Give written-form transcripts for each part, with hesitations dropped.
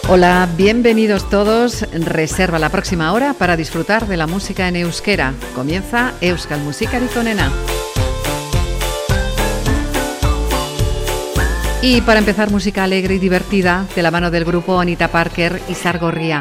Hola, bienvenidos todos. Reserva la próxima hora para disfrutar de la música en euskera. Comienza Euskal Musikarik onena. Y para empezar, música alegre y divertida de la mano del grupo Anita Parker y Sargorria.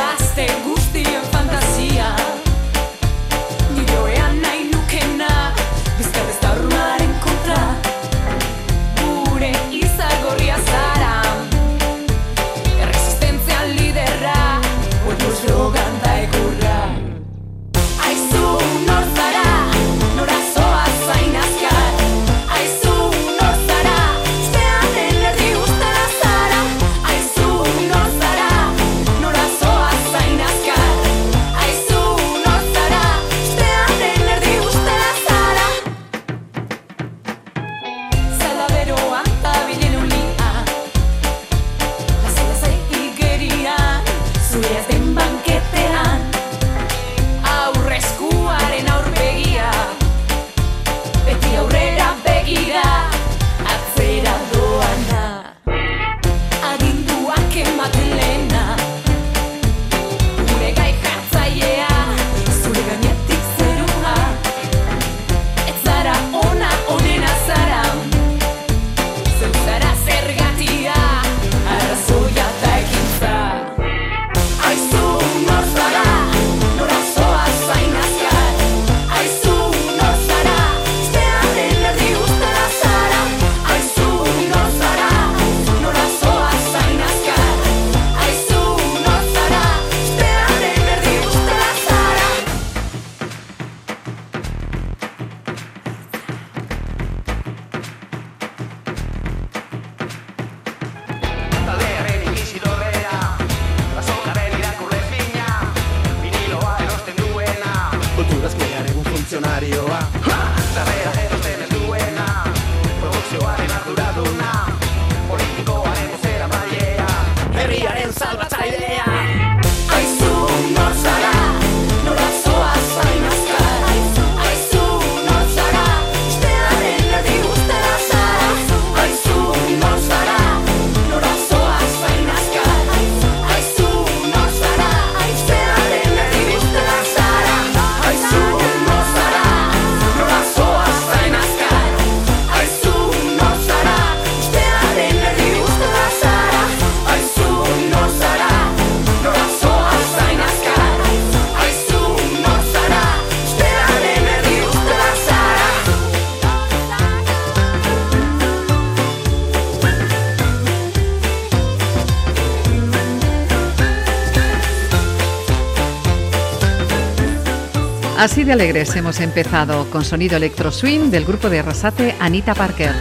Así de alegres hemos empezado con sonido electro swing del grupo de Arrasate Anita Parker.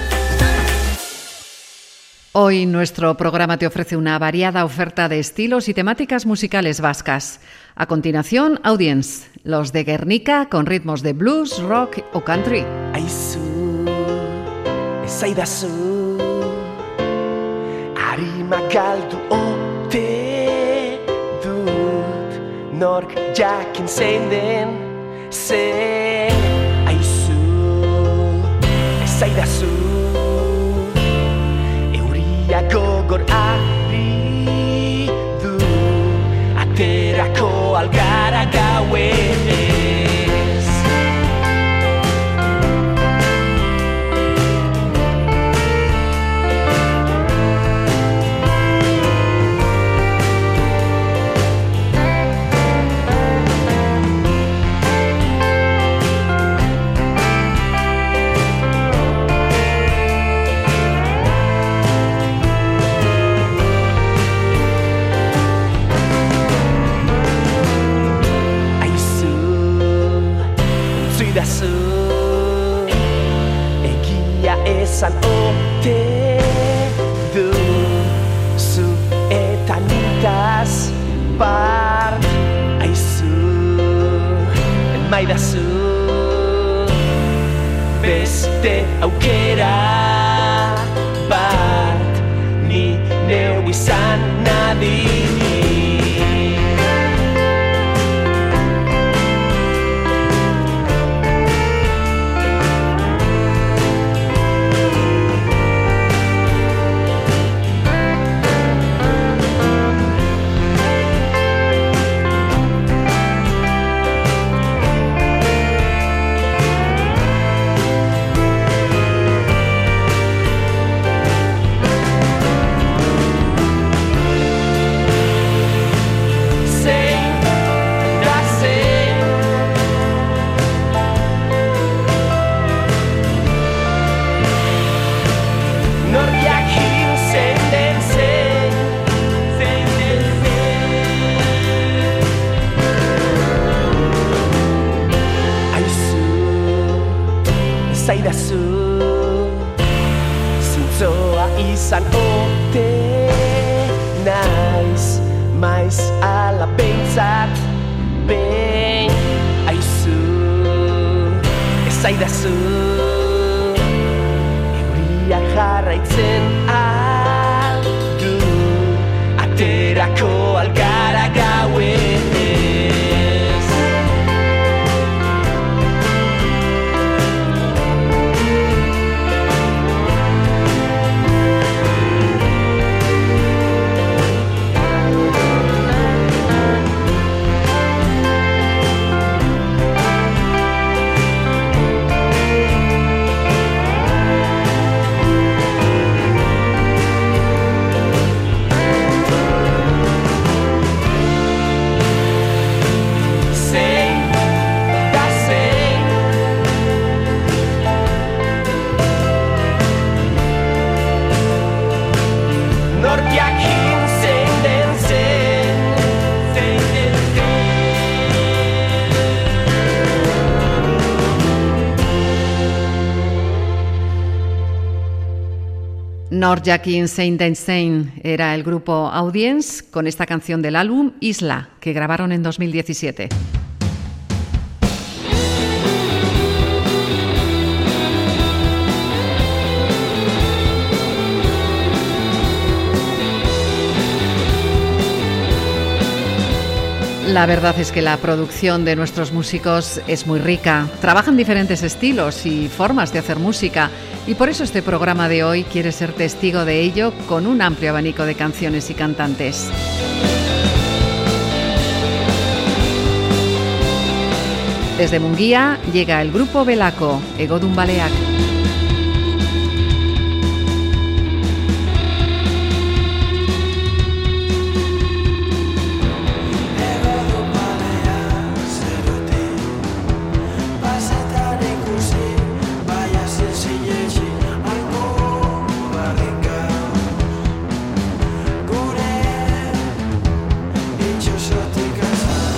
Hoy nuestro programa te ofrece una variada oferta de estilos y temáticas musicales vascas. A continuación, Audience, los de Guernica con ritmos de blues, rock o country. Aizu, esaidazu, harima galdu ote dut, nork jakin zein den. Zen aizu, esaidazu, euria gogor ari du, aterako algara gauenez. Egia esan ote du zu eta nitaz part aizu enmaidazu beste aukera bat ni neu izan nadini. esaidazu zintzoa izan ote naiz maiz ala behintzat behin aizu esaidazu euria jarraitzen aldu aterako algara gauez Nor Jakin Zein den Zein era el grupo Audience con esta canción del álbum Isla, que grabaron en 2017. La verdad es que la producción de nuestros músicos es muy rica. Trabajan diferentes estilos y formas de hacer música y por eso este programa de hoy quiere ser testigo de ello con un amplio abanico de canciones y cantantes. Desde Munguía llega el grupo Belako, Egodun Baleak.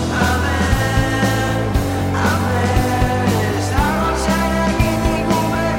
Amen, amen, ez dago zer egiteko.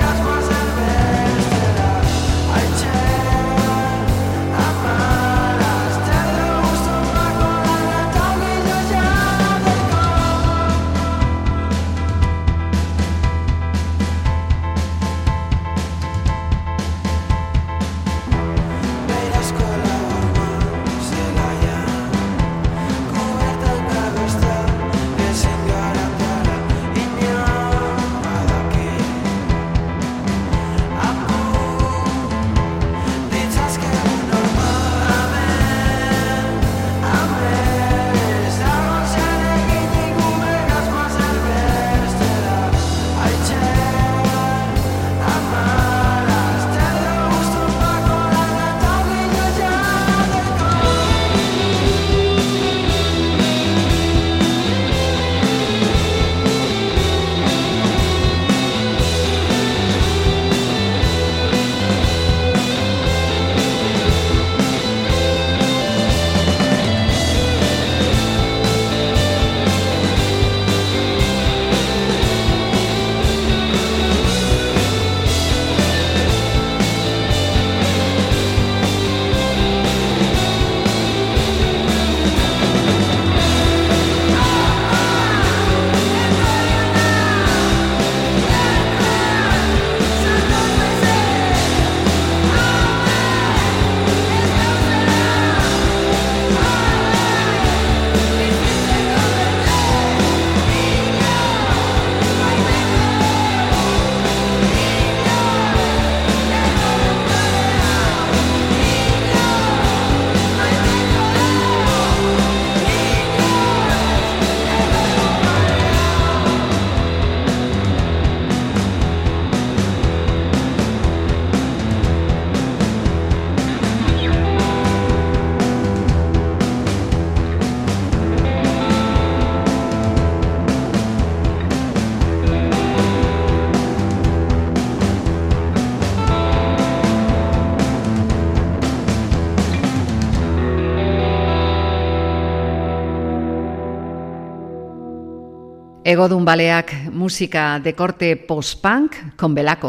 Egodun baleak, música de corte post-punk con Belaco.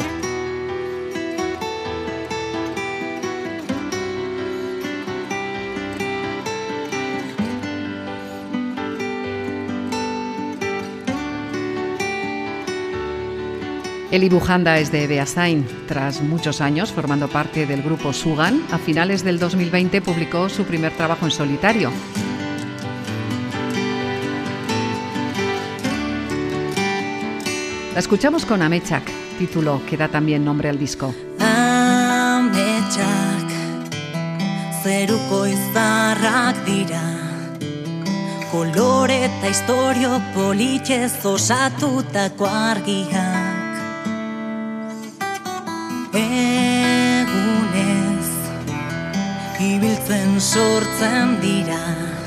Eli Bujanda es de Beasain. Tras muchos años formando parte del grupo Sugan, a finales del 2020 publicó su primer trabajo en solitario. La escuchamos con Ametsak, título que da también nombre al disco. Ametsak, zeruko izarrak dira, kolore eta istorio politxez osatutako argiak. Egunez, ibiltzen sortzen dira,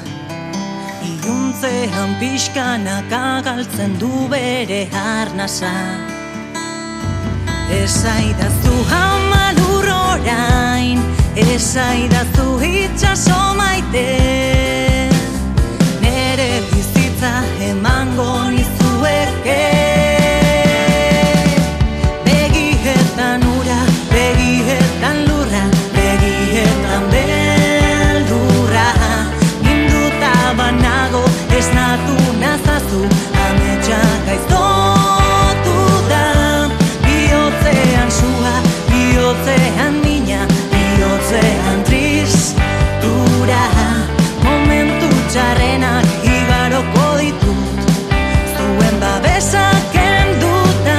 iluntzean pixkanak agaltzen du bere arnasa. Esaidazu hamalur orain, esaidazu itxaso maite, nere bizitza emango nizueke. Begietan ura, begietan lurra, begietan beldurra, minduta banago esnatu nazazu, ametsak gaiztotu da. Bihotzean sua, bihotzean mina, bihotzean tristura, momentu txarrenak igaroko ditut, zuen babesak kenduta.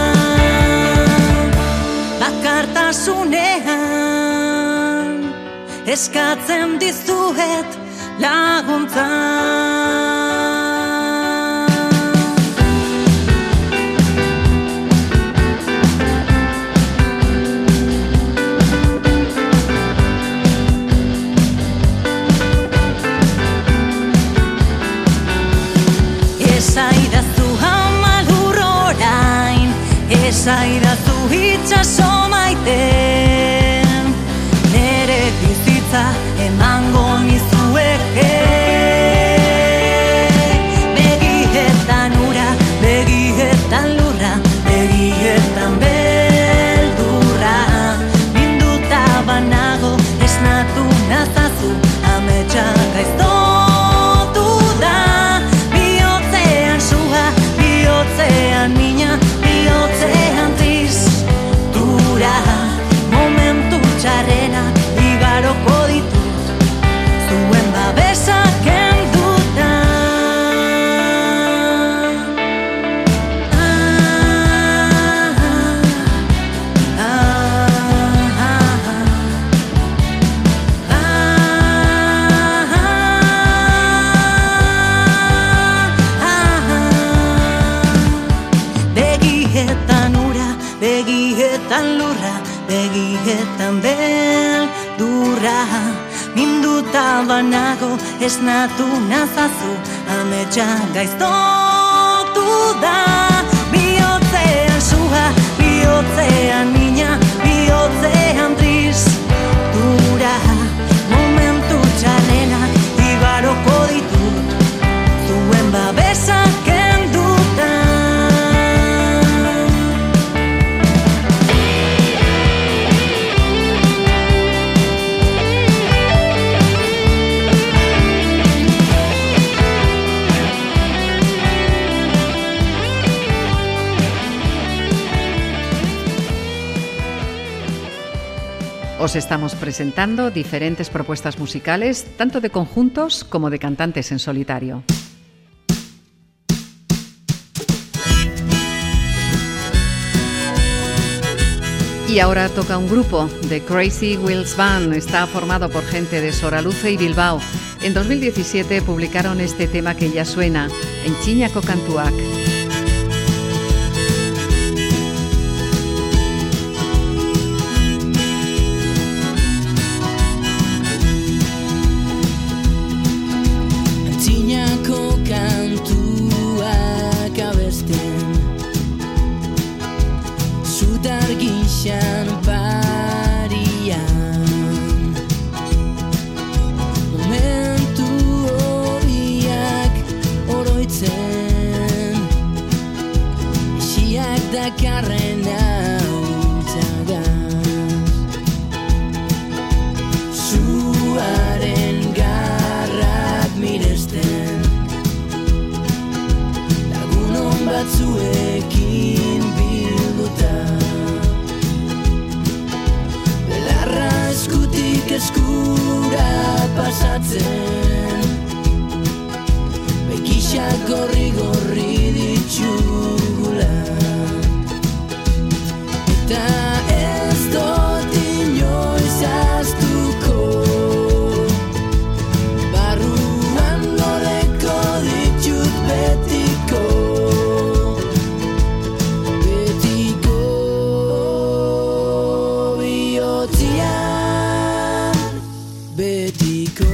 Bakartasunean eskatzen dizuet laguntza. Esaidazu hamalur orain, esaidazu itxaso maite, nere bizitza emango nizueke. Begietan ura, begietan lurra, begietan beldurra, minduta banago esnatu nazazu, ametsak gaiztotu da. Bihotzean sua, bihotzean mina, bihotzean tristura, momentu txarrenak igaroko ditut, zuen babesak kenduta. Begietan ura, begietan lurra, begietan beldurra, minduta banago esnatu nazazu, ametsak gaiztotu da. Bihotzean sua, bihotzean mina, bihotzean tristura, momentu txarrenak igaroko ditut, zuen babesak kenduta. Os estamos presentando diferentes propuestas musicales, tanto de conjuntos como de cantantes en solitario. Y ahora toca un grupo, The Crazy Wheels Band. Está formado por gente de Soraluce y Bilbao. En 2017 publicaron este tema que ya suena, Entxinako kantuak. Momentu horiak oroitzen dakarren hautagaz. Zuaren garrak miresten, lagunon batzuekin bilduta, belarra eskutik eskura pasatzen, bekixak gorri-gorri ditugula. Eta ez dut inoiz ahaztuko, barruan gordeko ditut betiko, betiko bihotzian, betiko.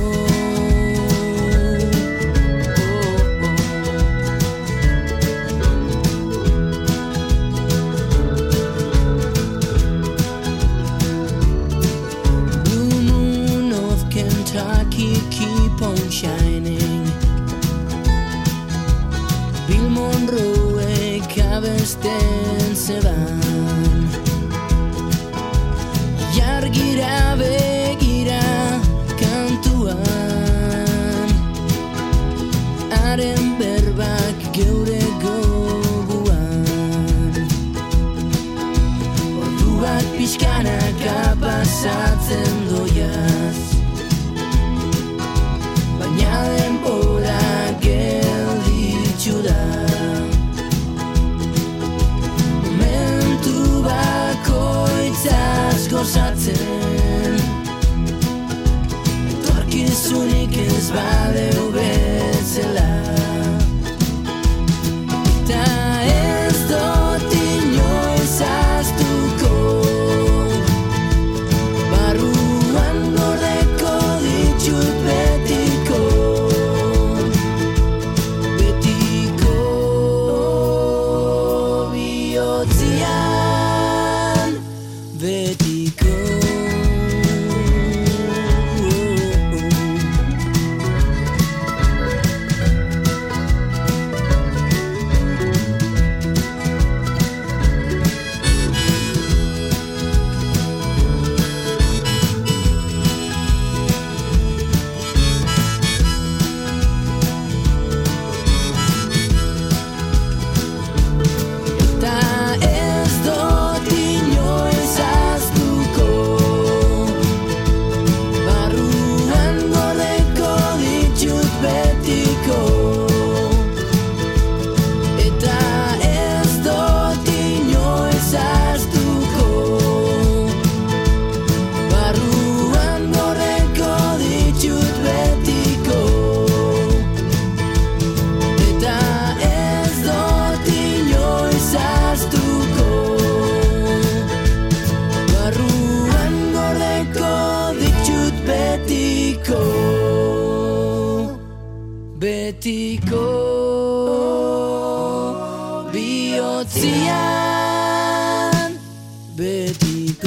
Keep on shining. Bill Monroe kabesten zeban, jargira begira kantuan, haren berbak geure goguan, orduak pixkanaka pasatzen doiaz, baina denbora gelditxu da. Momentu bakoitzaz gozatzen, etorkizunik ez badeu bezala. Eta ez dut inoiz ahaztuko, barruan gordeko ditut betiko, betiko bihotzian, betiko. Eta ez dut inoiz ahaztuko, barruan gordeko ditut betiko. Eta ez dut inoiz ahaztuko, barruan gordeko ditut betiko. Eta ez dut inoiz ahaztuko, barruan gordeko ditut betiko, betiko bihotzian, betiko.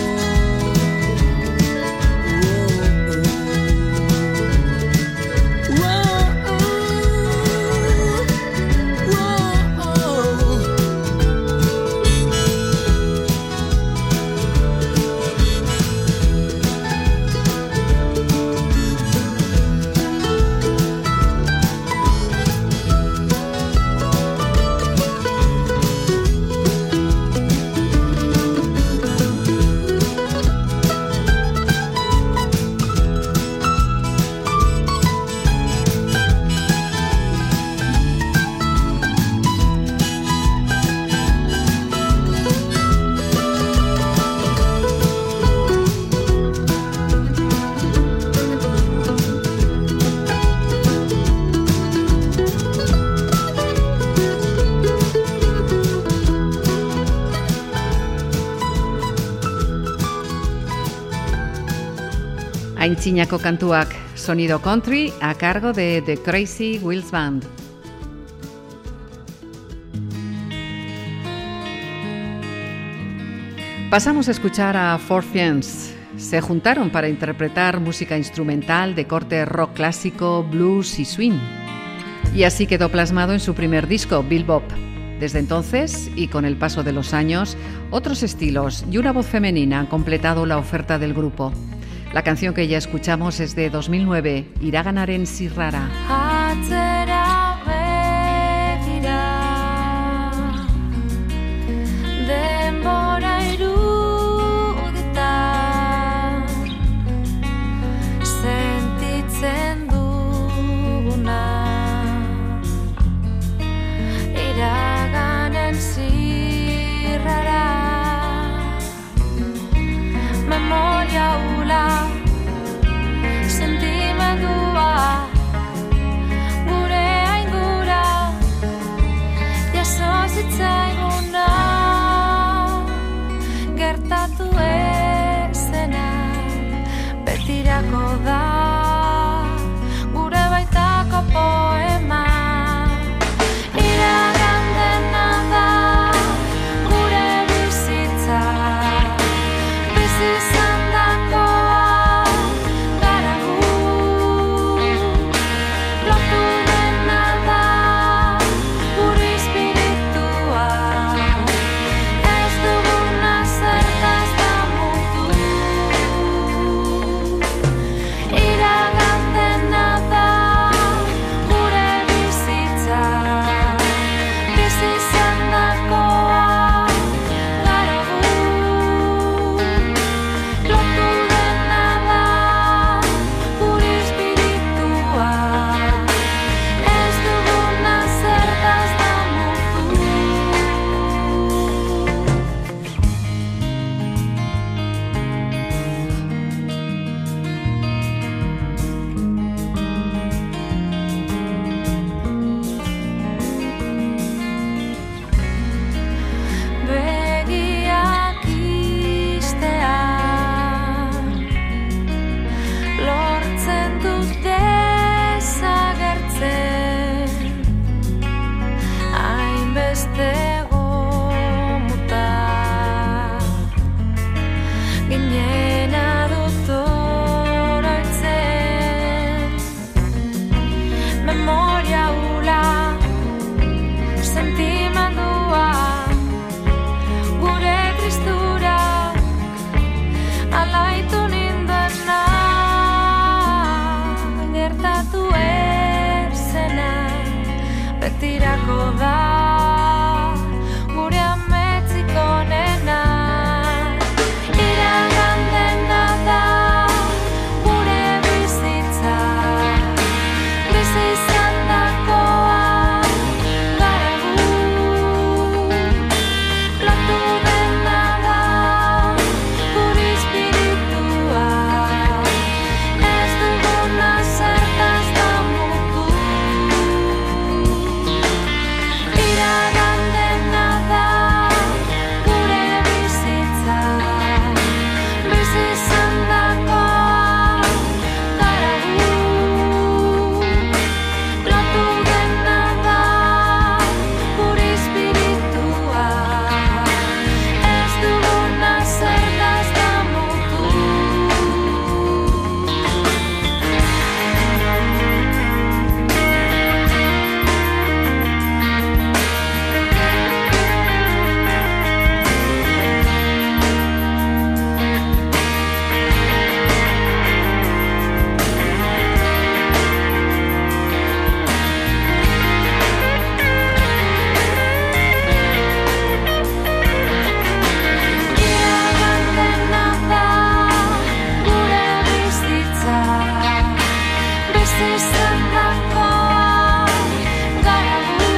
Aintzinako kantuak, sonido country a cargo de The Crazy Wheels Band. Pasamos a escuchar a Four Fiends. Se juntaron para interpretar música instrumental de corte rock clásico, blues y swing. Y así quedó plasmado en su primer disco, Bebop. Desde entonces, y con el paso de los años, otros estilos y una voz femenina han completado la oferta del grupo. La canción que ya escuchamos es de 2009, Iraganaren Zirrara. Gertatu ezena betirako da gure baitako poema. Iragan dena da gure bizitza, bizi izandakoa gara gu. Lotu dena da gure espiritua, ez duguna zertaz damutu. Iragan dena da gure bizitza, bizi izandakoa gara gu. Lotu dena da gure espiritua, ez duguna zertaz damutu. Begiak istea lortzen dut desagertzen, hainbeste gomuta ginena dut oroitzen. Memoria hula, sentimendua, gure tristura alaitu nindena. Gertatu ezena betirako da gure ametzik onena. Iragan dena da gure bizitza, bizi izandakoa gara gu. Lotu dena da gure espiritua, ez duguna zertaz damutu. Iragan dena da gure bizitza, bizi izandakoa gara gu. Lotu dena da gure espiritua, ez duguna zertaz damutu. Iragan dena da gure bizitza, bizi izandakoa gara gu.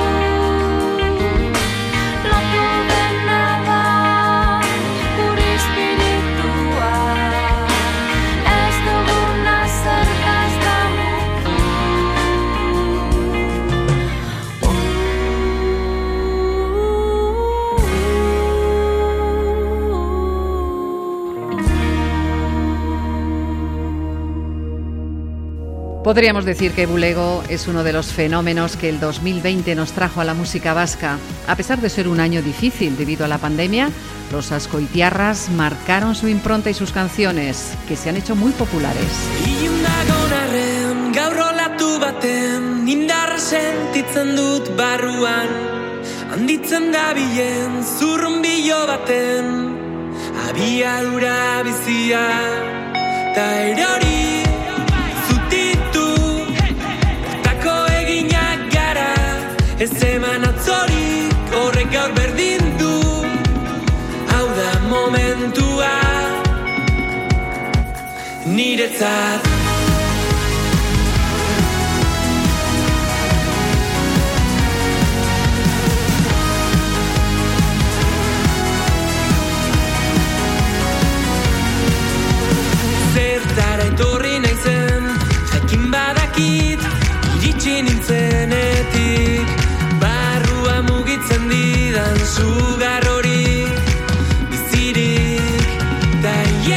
Lotu dena da gure espiritua, ez duguna zertaz damutu. Podríamos decir que Bulego es uno de los fenómenos que el 2020 nos trajo a la música vasca. A pesar de ser un año difícil debido a la pandemia, los azkoitiarras marcaron su impronta y sus canciones, que se han hecho muy populares. Ilundagon arren, gaur olatu baten, indarra sentitzen dut barruan. handitzen dabilen zurrunbilo baten abiadura bizia ta erori zutitu hortako eginak gara ez eman atzorik horrek gaur berdin du hau da momentua niretzat zertara etorri naizen jakin badakit iritsi nintzenetik barrua mugitzen didan sugar hori bizirik da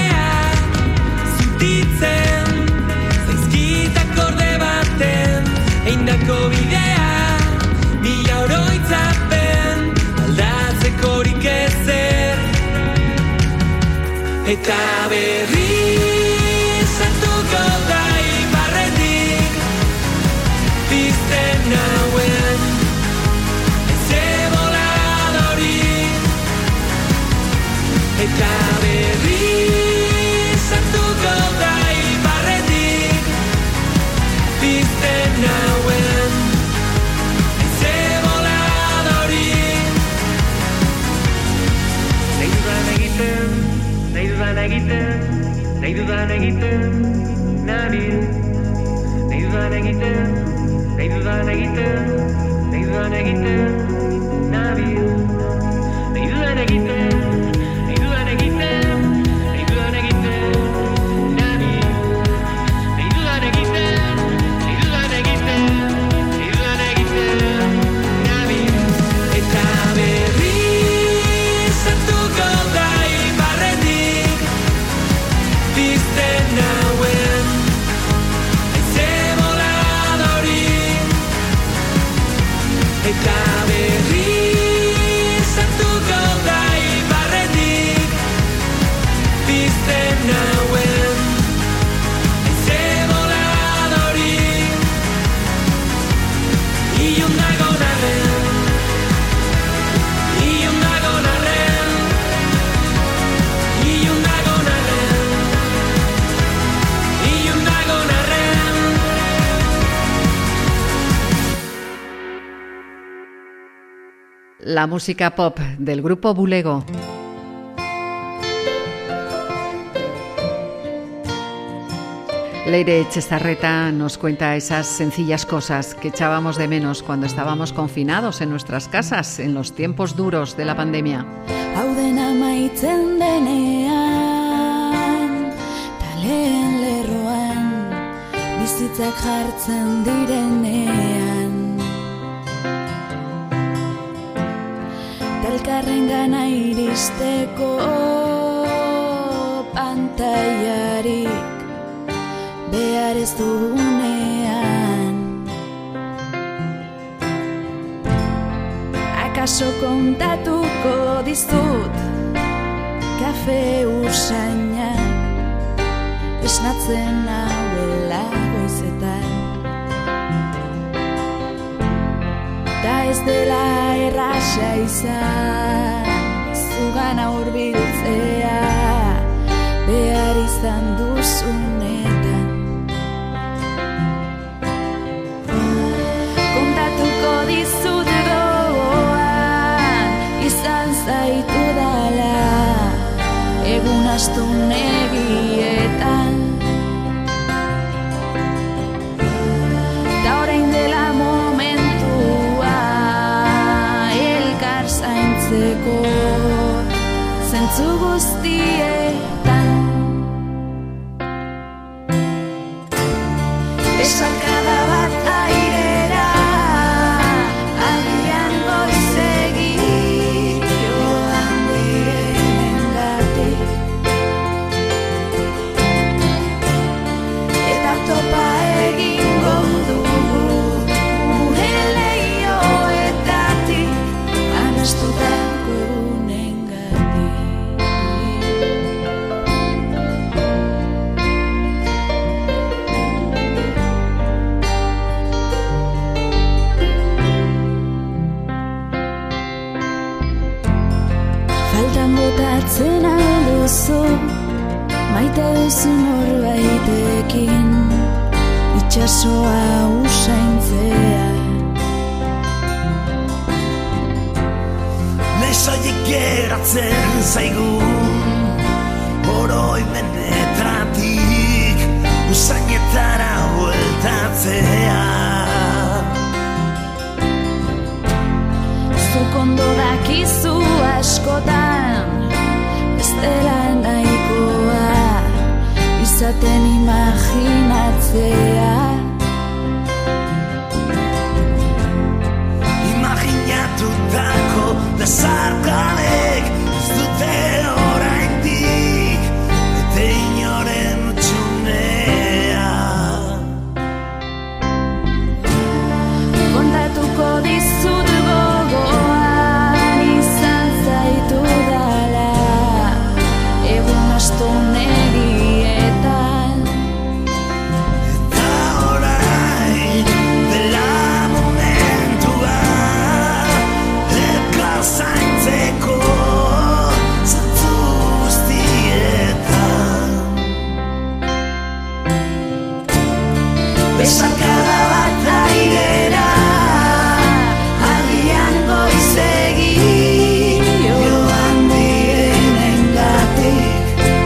zutitzen zaizkit akorde baten eindako bidea mila oroitzapen aldatzekorik ezer eta berri sartuko da ibarretik pizten nauen eze voladori eta berri sartuko da ibarretik pizten nauen eze voladori nahi dudan egiten nahi dudan egiten nahi dudan egiten nabil nahi dudan egiten nahi dudan egiten nahi dudan egiten nabil nahi dudan egiten nahi dudan egiten nahi dudan egiten nabil nahi dudan egiten nahi dudan egiten nahi dudan egiten nabil eta berri sartuko da ibarretik pizten nauen eze voladori eta berri sartuko da ibarretik pizten nauen eze voladori ilun dagon arren ilun dagon arren ilun dagon arren ilun dagon arren La música pop del grupo Bulego. Leire Etxezarreta nos cuenta esas sencillas cosas que echábamos de menos cuando estábamos confinados en nuestras casas en los tiempos duros de la pandemia. Hau dena amaitzen denean, taleen lerroan, bizitzak jartzen direnean. Talkarren gana iristeko pantailarik behar ez dugunean. Akaso kontatuko dizut kafe usainak esnatzen hauela goizetan. Ta ez dela erraxa izan zugana hurbiltzea behar izan duzunetan. Kontatuko dizut gogoan izan zaitu dala egun astu negietan. Ta orain dela momentua elkar zaintzeko zentzu guztietan. Besarkada bat airera agian goizegi joan direnengatik eta topa egingo dugu gure leihoetatik anastutako egunengatik. faltan botatzen alduzu, maite duzu norbaitekin, itxasoa usaintzea. Lesoiek geratzen zaigun, oroimenetatik, usainetara bueltatzea. Zuk ondo dakizu askotan, ez dela nahikoa, izaten imaginatzea. Imaginatutako desarkalek ez dute oraindik bete inoren utxunea. Kontatuko dizut gogoan izan zaitu dala, egun astu negietan. Eta orain dela momentua elkar zaintzeko zantzu guztietan. Besarkada bat airera, agian goizegi joan direnengatik.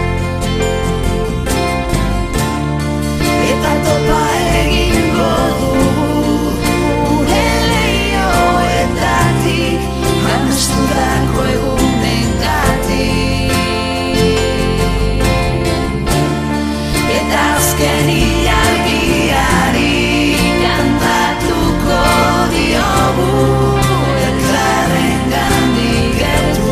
Eta topa egingo dugu gure leihoetatik, amestutako egunengatik. Eta azken ilargiari kantatuko diogu elkarrengandik gertu.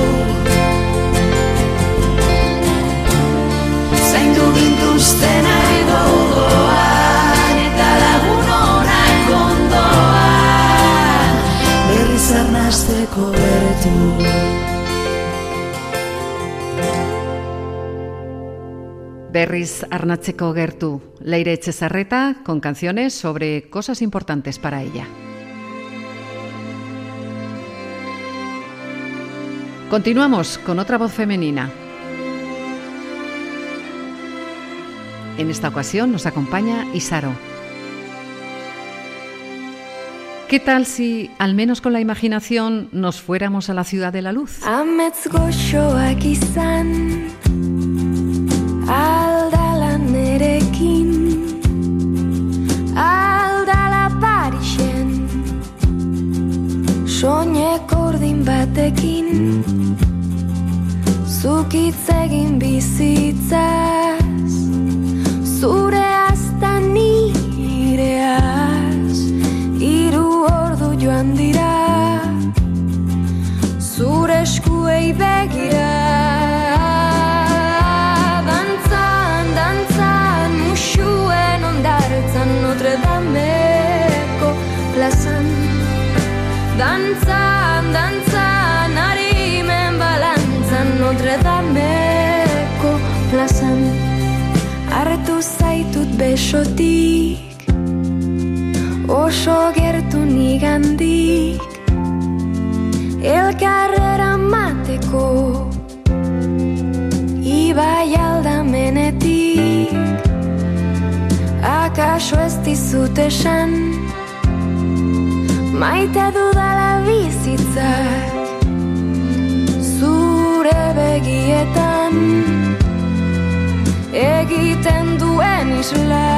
Zaindu gintuzten ari gogoan eta lagun onak ondoan, berriz arnasteko gertu. Berriz arnatzeko gertu, Leire Etxezarreta con canciones sobre cosas importantes para ella. Continuamos con otra voz femenina. En esta ocasión nos acompaña Isaro. ¿Qué tal si, al menos con la imaginación, nos fuéramos a la ciudad de la luz? Amets goxoak izan, aldala nerekin, aldala Parisen, soineko urdin batekin, zuk hitz egin bizitzaz, zure azta nireaz, 3 ordu joan dira, zure eskuei begira. Dantzan, dantzan, musuen ondartzan, Notre Dameko plazan. Dantzan, dantzan, harimen balantzan, Notre Dameko plazan. Hartu zaitut besotik, oso gertu nigandik, elkarrera mateko, ibai aldamenetik. Akaso ez dizut esan, maite dudala bizitzak, zure begietan egiten duen isla.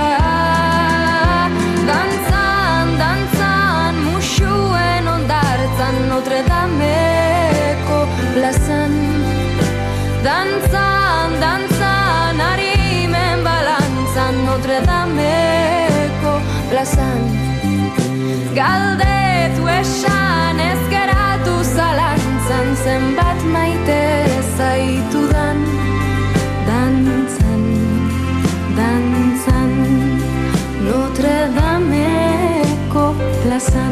Dantzan, dantzan, musuen ondartzan, Notre Dameko plazan. Dantzan, dantzan, harimen balantzan, Notre Dameko plazan. Galdetu esan ez geratu zalantzan, zenbat maite zaitudan. Dantzan, dantzan, Notre Dameko plazan.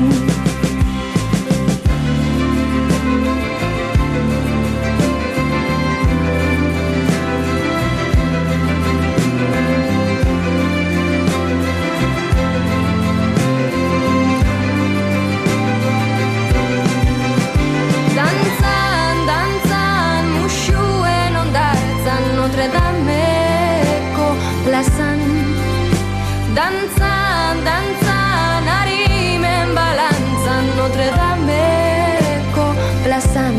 plazan.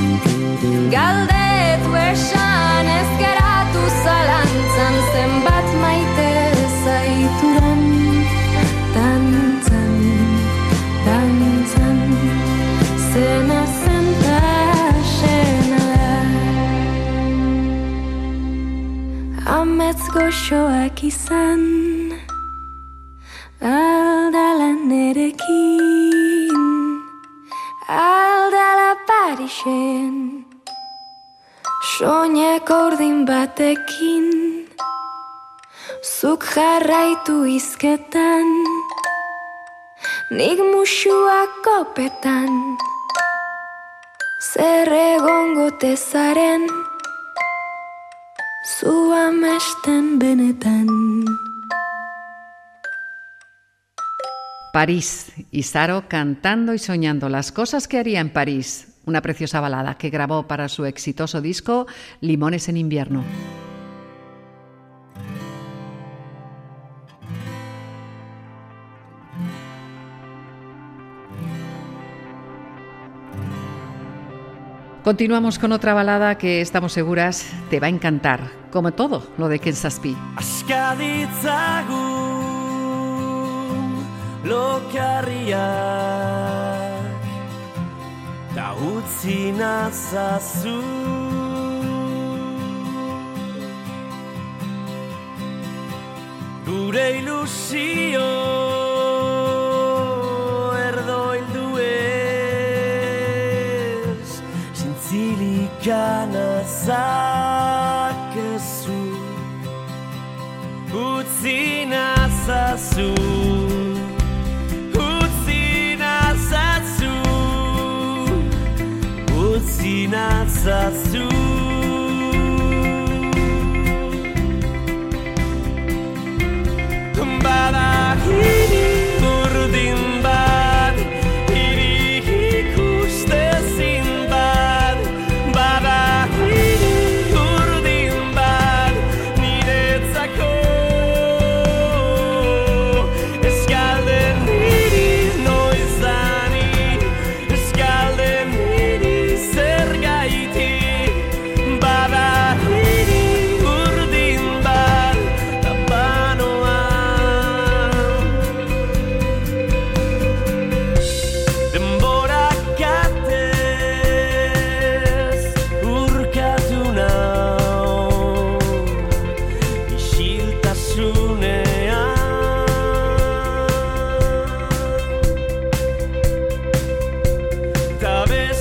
Galdetu esan ez geratu zalantzan, zenbat maite zaitudan. Dantzan, dantzan, zena zenta sena da. Amets goxoak izan, aldala nerekin, aldala Parisen, soinek ordin batekin, zuk jarraitu izketan, nik musuak kopetan, zer egongo tezaren, zu amesten benetan. París, Isaro cantando y soñando las cosas que haría en París, una preciosa balada que grabó para su exitoso disco Limones en invierno. Continuamos con otra balada que estamos seguras te va a encantar, como todo lo de Ken Zazpi. Aska ditzagun lokarriak ta utzi nazazu gure ilusio erdoildu ez zintzilikana zakezu utzi nazazu utzi nazazu badakini urdin bat hirik ikustezin bat badakini urdin bat niretzako eskalden niri noizani eskalden niri zergaiti badakini urdin bat tapanoa denbora katez urkatu nau isiltasunean ta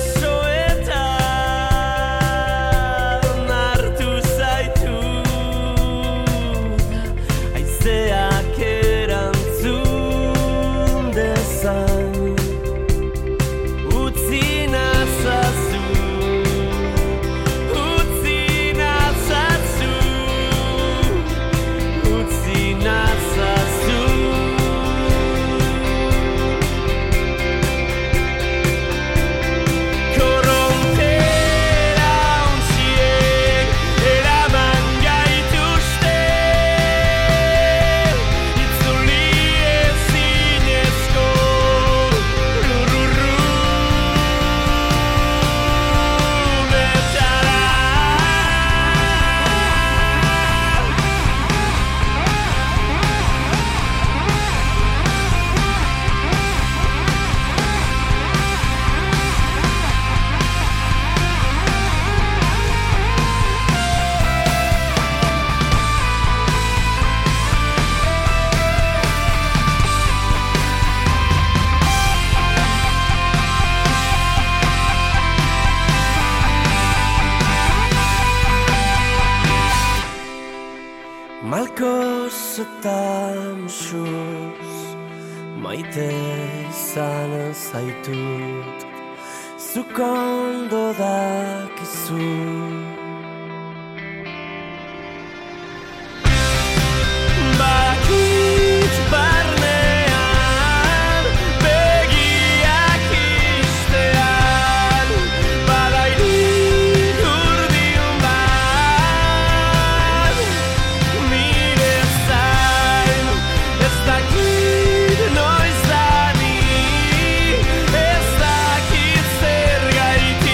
besoetan hartu zaitut haizeak erantzun dezan utzi nazazu utzi nazazu utzi nazazu korrontera ontziek eraman gaituzte itzuli ezinezko lurrunetara Malkoz eta musuz maite izan zaitut zuk ondo dakizu bakit barnean begiak iztean badairik urdin bat nire zain ez dakit noiz dani ez dakit zergaiti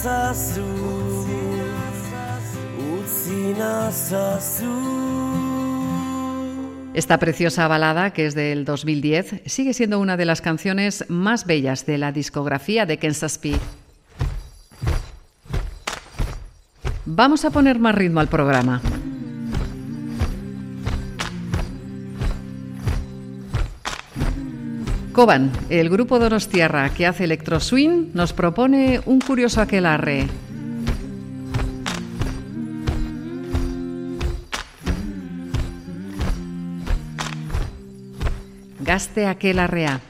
Esta preciosa balada, que es del 2010, sigue siendo una de las canciones más bellas de la discografía de Ken Saspi. Vamos a poner más ritmo al programa. Koban, el grupo donostiarra que hace electro swing, nos propone un curioso aquelarre. Gazte aquelarrea.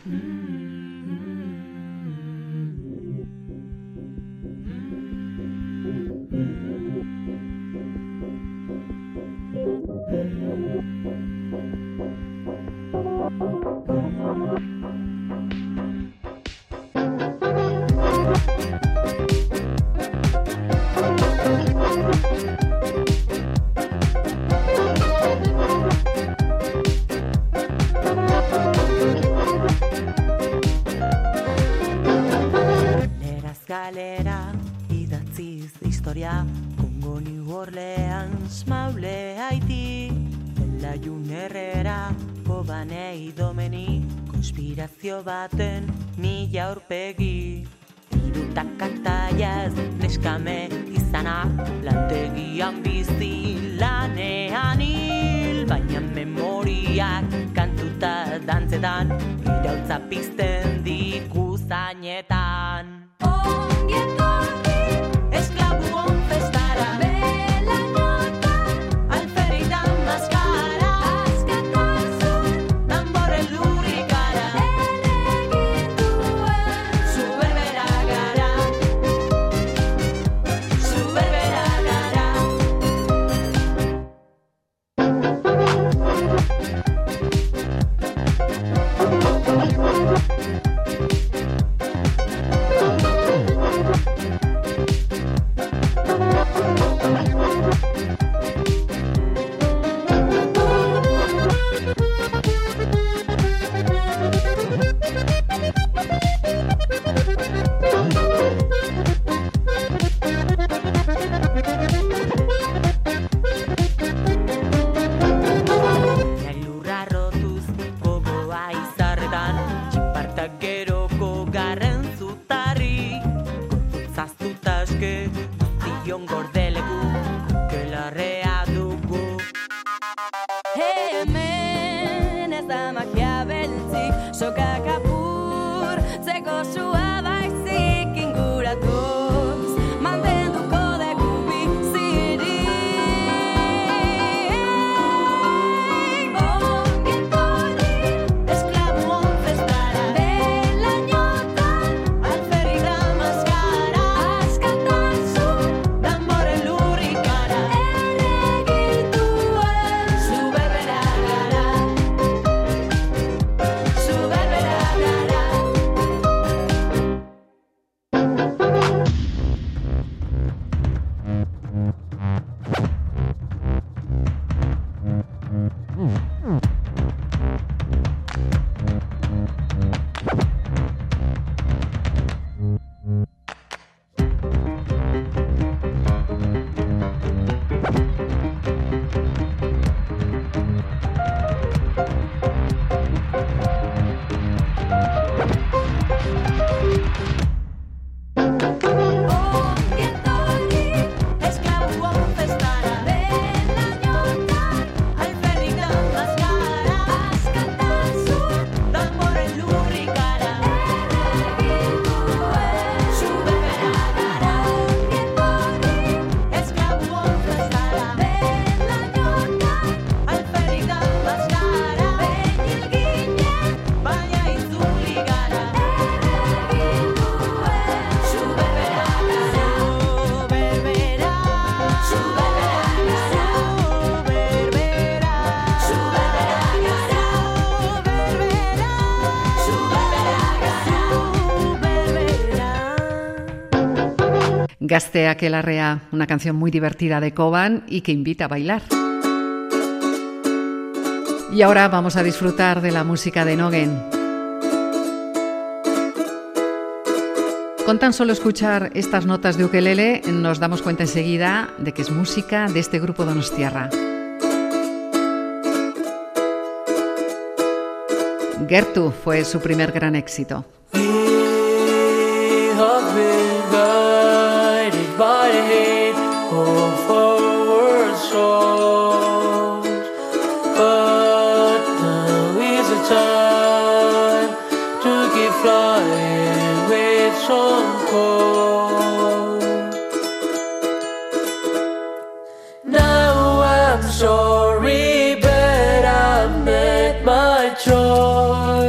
Galera idatziz historia Kongo New Orleans Maule Haiti Layun Herrera Kobanei domeni Konspirazio baten mila aurpegi Hirutak kantaiaz neskame izana Lantegian bizi lanean hil Baina memoriak kantuta dantzetan Irautza pizten dikuzainetan Gazte aquelarrea, una canción muy divertida de Koban y que invita a bailar. Y ahora vamos a disfrutar de la música de Nogen. Con tan solo escuchar estas notas de ukelele nos damos cuenta enseguida de que es música de este grupo donostiarra. Gertu fue su primer gran éxito. We have been guided by hate of our souls, but now is the time to keep flying with some cold. Now I'm sorry, but I made my choice.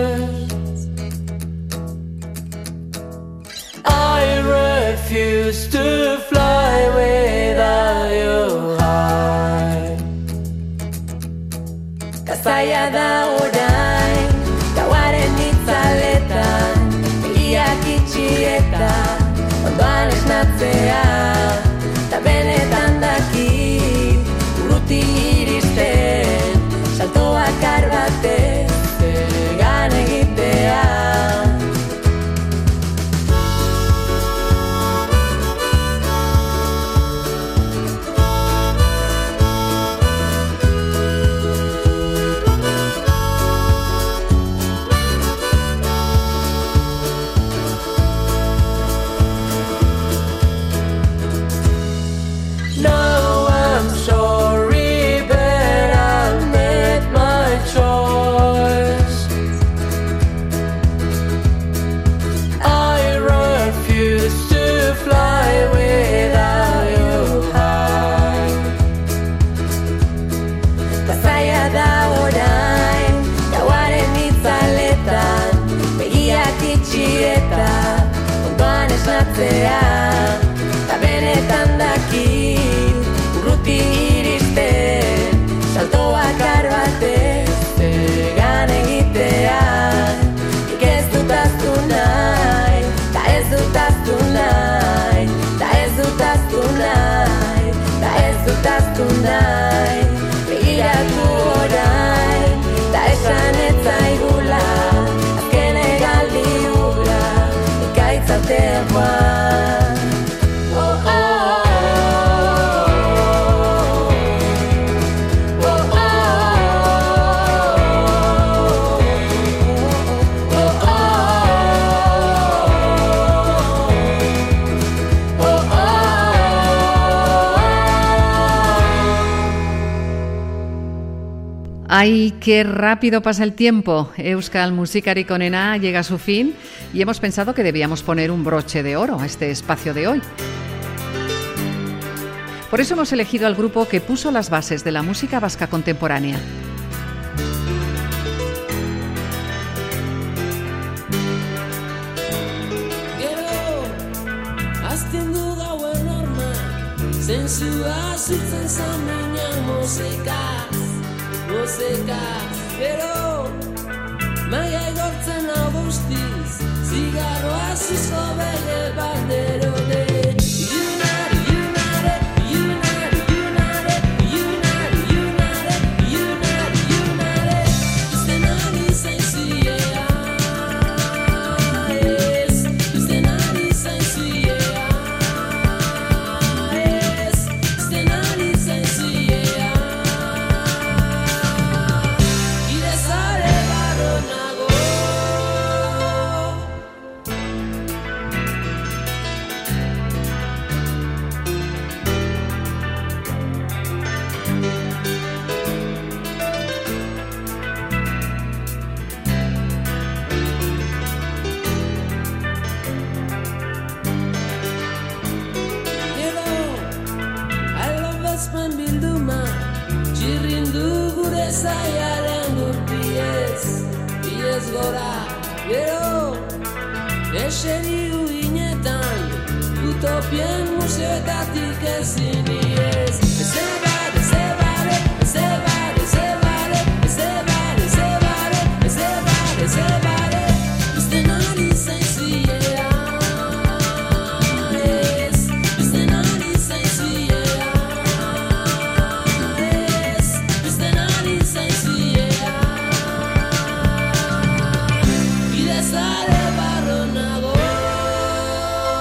I refuse to fly without you high. Zaila da orain, gauaren itzaletan, begiak itxi eta ondoan esnatzea, ta benetan daki, urruti iristen, salto bakar batez, egan egitea. Ta benetan daki, urruti iristen, salto bakar batez, egan egitea. Nik ez dut ahaztu nahi, ta ez dut ahaztu nahi, ta ez dut ahaztu nahi, ta ez dut ahaztu nahi. Begiratu orain, ta esan ez zaigula, azken egaldi hura, ikaitzatean joan. ¡Ay, qué rápido pasa el tiempo! Euskal Musikari Onena llega a su fin y hemos pensado que debíamos poner un broche de oro a este espacio de hoy. Por eso hemos elegido al grupo que puso las bases de la música vasca contemporánea. Gero, maia igortzen hau guztiz, zigarroa zizko bege bandero de. Eseri uinetan, utopien museoetatik ezin iez. Ezebare, ezebare, ezebare, ezebare, ezebare, ezebare, ezebare, ezebare, bizten ari zaizia. Bizten ari zaizia. Bizten ari zaizia. Bidezare barro nago.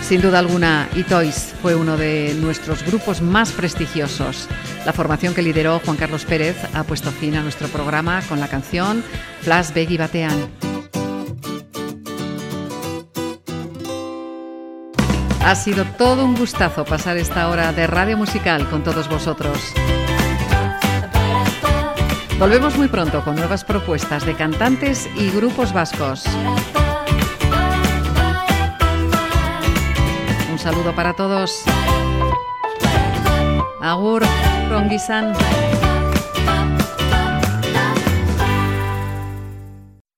Sin duda alguna, Itois fue uno de nuestros grupos más prestigiosos. La formación que lideró Juan Carlos Pérez ha puesto fin a nuestro programa con la canción Flash Begi Batean. Ha sido todo un gustazo pasar esta hora de radio musical con todos vosotros. Volvemos muy pronto con nuevas propuestas de cantantes y grupos vascos. Un saludo para todos. Agur, Rongisan.